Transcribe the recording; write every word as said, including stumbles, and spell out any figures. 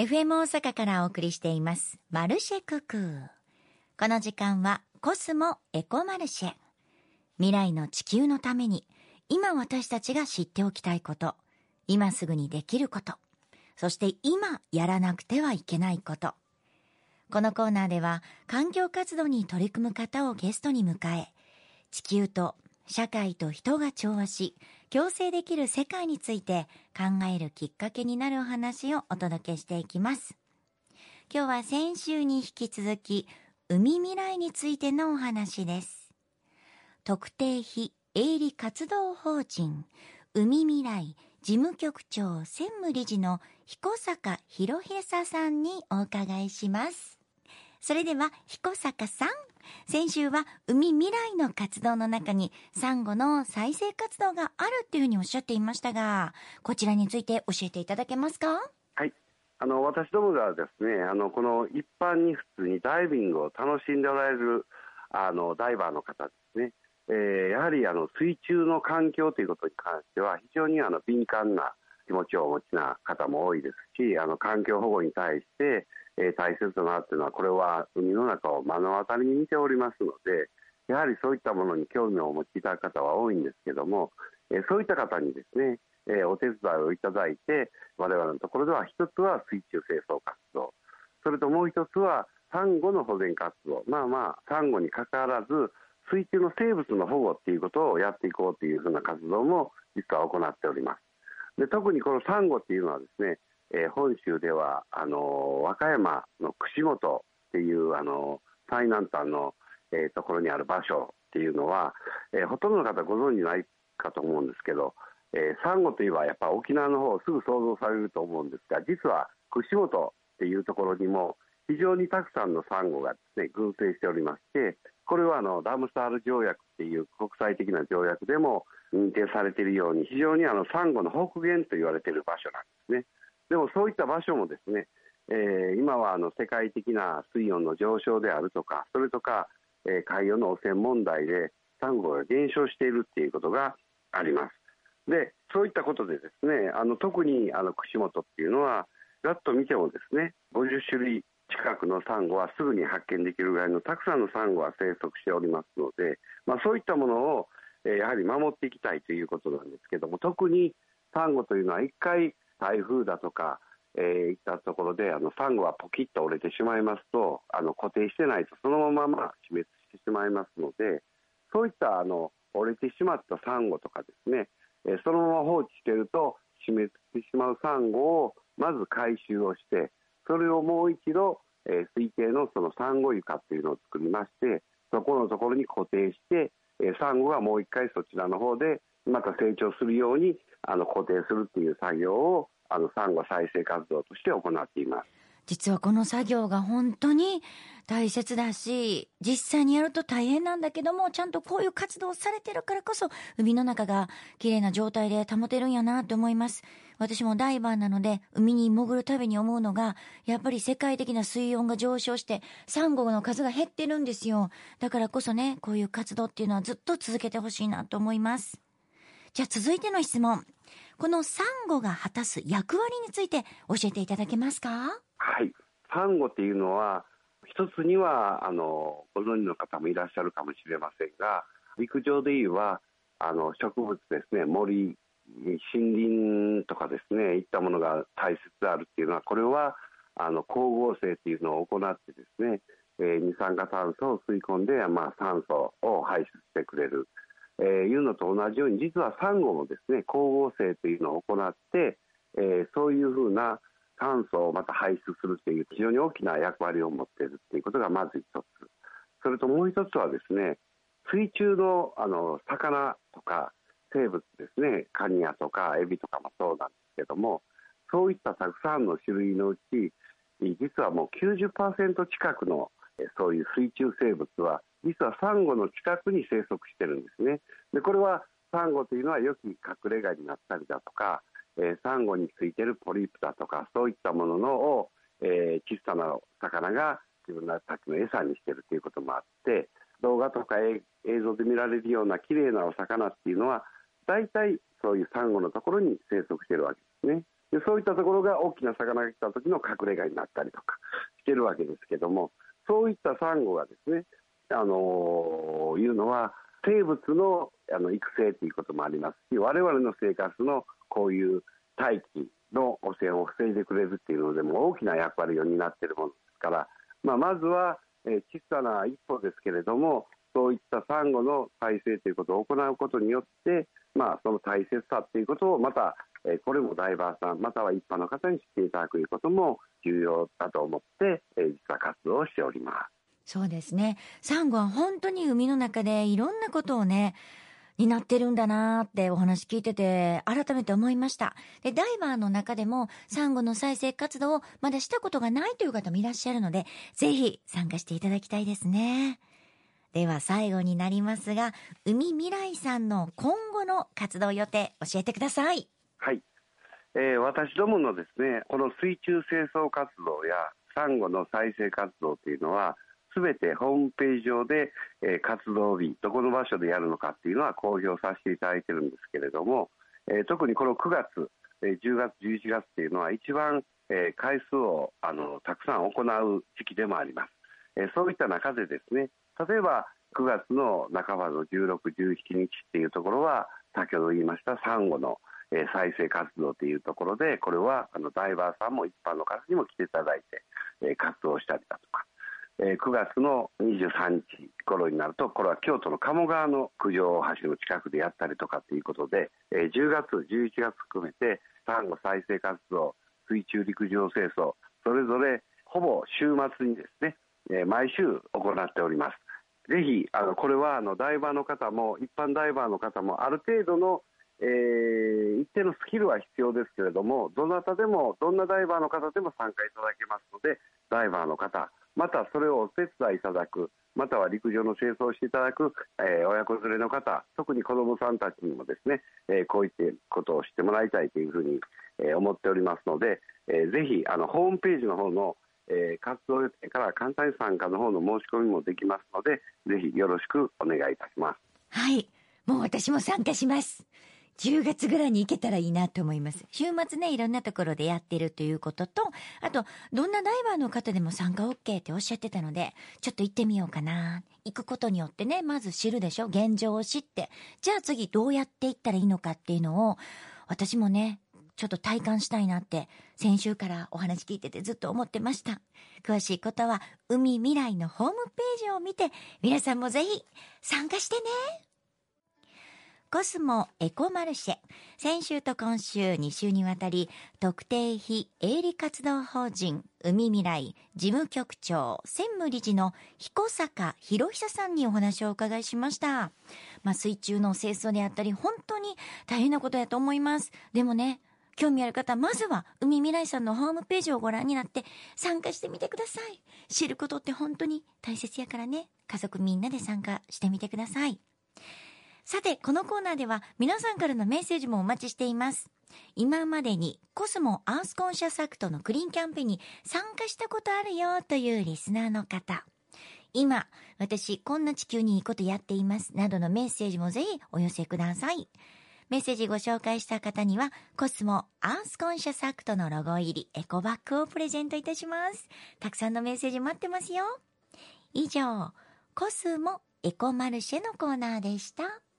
エフエム 大阪からお送りしていますマルシェククー。この時間はコスモエコマルシェ。未来の地球のために今私たちが知っておきたいこと、今すぐにできること、そして今やらなくてはいけないこと。このコーナーでは環境活動に取り組む方をゲストに迎え、地球と社会と人が調和し共生できる世界について考えるきっかけになるお話をお届けしていきます。今日は先週に引き続き海未来についてのお話です。特定非営利活動法人海未来事務局長専務理事の彦坂博久さんにお伺いします。それでは彦坂さん、先週は海未来の活動の中にサンゴの再生活動があるっていうふうにおっしゃっていましたが、こちらについて教えていただけますか？ はい、あの私どもがですね、あのこの一般に普通にダイビングを楽しんでおられるあのダイバーの方ですね、えー、やはりあの水中の環境ということに関しては非常にあの敏感な気持ちをお持ちな方も多いですし、あの環境保護に対してえー、大切だなというのは、これは海の中を目の当たりに見ておりますので、やはりそういったものに興味をお持ちいただく方は多いんですけども、えー、そういった方にですね、えー、お手伝いをいただいて、我々のところでは一つは水中清掃活動、それともう一つはサンゴの保全活動、まあまあサンゴに関わらず水中の生物の保護っていうことをやっていこうというふうな活動も実は行っております。で、特にこのサンゴっていうのはですね、えー、本州ではあの和歌山の串本っていうあの最南端の、えー、ところにある場所っていうのは、えー、ほとんどの方ご存じないかと思うんですけど、えー、サンゴといえばやっぱ沖縄の方をすぐ想像されると思うんですが、実は串本っていうところにも非常にたくさんのサンゴがですね群生しておりまして、これはあのラムサール条約っていう国際的な条約でも認定されているように、非常にあのサンゴの北限と言われている場所なんですね。でもそういった場所もですね、えー、今はあの世界的な水温の上昇であるとか、それとか、えー、海洋の汚染問題でサンゴが減少しているっていうことがあります。で、そういったことでですね、あの特にあの串本っていうのはざっと見てもですね、ごじゅっしゅるい近くのサンゴはすぐに発見できるぐらいのたくさんのサンゴが生息しておりますので、まあ、そういったものを、えー、やはり守っていきたいということなんですけども、特にサンゴというのは一回台風だとか、えー、いったところであのサンゴはポキッと折れてしまいますと、あの固定してないとそのまま死滅してしまいますので、そういったあの折れてしまったサンゴとかですね、えー、そのまま放置していると死滅してしまうサンゴをまず回収をして、それをもう一度、えー、水底のそのサンゴ床っていうのを作りまして、そこのところに固定して、えー、サンゴがもう一回そちらの方でまた成長するようにあの固定するっていう作業をあのサンゴ再生活動として行っています。 実はこの作業が本当に大切だし、実際にやると大変なんだけども、ちゃんとこういう活動をされてるからこそ海の中が綺麗な状態で保てるんやなと思います。私もダイバーなので海に潜るたびに思うのが、やっぱり世界的な水温が上昇してサンゴの数が減ってるんですよ。だからこそね、こういう活動っていうのはずっと続けてほしいなと思います。じゃあ続いての質問、このサンゴが果たす役割について教えていただけますか？ はい、サンゴっていうのは一つにはあのご存知の方もいらっしゃるかもしれませんが、陸上でいうはあの植物ですね、森、森林とかですね、いったものが大切であるっていうのは、これはあの光合成っていうのを行ってですね、えー、二酸化炭素を吸い込んで、まあ、酸素を排出してくれる、えー、いうのと同じように、実はサンゴもですね、光合成というのを行って、えー、そういうふうな酸素をまた排出するという非常に大きな役割を持っているということがまず一つ。それともう一つはですね、水中のあの魚とか生物ですね、カニやとかエビとかもそうなんですけども、そういったたくさんの種類のうち、実はもう きゅうじゅっパーセント 近くのそういう水中生物は実はサンゴの近くに生息してるんですね。で、これはサンゴというのは良き隠れ家になったりだとか、えー、サンゴについてるポリープだとか、そういったもののを、えー、小さな魚が自分たちの餌にしているということもあって、動画とか映像で見られるような綺麗なお魚っていうのは大体そういうサンゴのところに生息しているわけですね。 でそういったところが大きな魚が来た時の隠れ家になったりとかしてるわけですけども、そういったサンゴがですね、あのー、いうのは生物の、あの育成ということもありますし、我々の生活のこういう大気の汚染を防いでくれるっていうのでも大きな役割を担っているものですから、まあ、まずは、えー、小さな一歩ですけれども、そういったサンゴの再生ということを行うことによって、まあ、その大切さということをまた、えー、これもダイバーさんまたは一般の方に知っていただくということも重要だと思って、えー、実は活動をしております。 そうですね。サンゴは本当に海の中でいろんなことをね、担ってるんだなーってお話聞いてて改めて思いました。で、ダイバーの中でもサンゴの再生活動をまだしたことがないという方もいらっしゃるので、ぜひ参加していただきたいですね。では最後になりますが、海未来さんの今後の活動予定教えてください。 はい、えー、私どものですね、この水中清掃活動やサンゴの再生活動というのはすべてホームページ上で、えー、活動日どこの場所でやるのかっていうのは公表させていただいてるんですけれども、えー、特にこのくがつ、えー、じゅうがつじゅういちがつっていうのは一番、えー、回数をあのたくさん行う時期でもあります。えー、そういった中でですね、例えばくがつの半ばのじゅうろく、じゅうしちにちっていうところは先ほど言いましたサンゴのえー、再生活動というところで、これはあのダイバーさんも一般の方にも来ていただいて、えー、活動したりだとか、えー、くがつのにじゅうさんにち頃になると、これは京都の鴨川の九条大橋の近くでやったりとかということで、えー、じゅうがつ、じゅういちがつ含めてサンゴ再生活動、水中陸上清掃、それぞれほぼ週末にですね、えー、毎週行っております。ぜひあのこれはあのダイバーの方も一般ダイバーの方もある程度のえー、一定のスキルは必要ですけれども、どなたでもどんなダイバーの方でも参加いただけますので、ダイバーの方またそれをお手伝いいただく、または陸上の清掃をしていただく、えー、親子連れの方、特に子どもさんたちにもですね、えー、こういったことをしてもらいたいというふうに、えー、思っておりますので、えー、ぜひあのホームページの方の、えー、活動予定から簡単に参加の方の申し込みもできますので、ぜひよろしくお願いいたします。 はい、もう私も参加します。じゅうがつぐらいに行けたらいいなと思います。週末ね、いろんなところでやってるということと、あとどんなダイバーの方でも参加 OK っておっしゃってたので、ちょっと行ってみようかな。行くことによってね、まず知るでしょ、現状を知って、じゃあ次どうやって行ったらいいのかっていうのを私もね、ちょっと体感したいなって先週からお話聞いててずっと思ってました。詳しいことは海未来のホームページを見て、皆さんもぜひ参加してね。コスモエコマルシェ、先週と今週に週にわたり特定非営利活動法人海未来事務局長専務理事の彦坂博久さんにお話をお伺いしました。まあ、水中の清掃であったり本当に大変なことやと思います。でもね、興味ある方、まずは海未来さんのホームページをご覧になって参加してみてください。知ることって本当に大切やからね、家族みんなで参加してみてください。さて、このコーナーでは皆さんからのメッセージもお待ちしています。今までにコスモアースコンシャスアクトのクリーンキャンペーンに参加したことあるよというリスナーの方、今私こんな地球にいいことやっていますなどのメッセージもぜひお寄せください。メッセージご紹介した方にはコスモアースコンシャスアクトのロゴ入りエコバッグをプレゼントいたします。たくさんのメッセージ待ってますよ。以上、コスモエコマルシェのコーナーでした。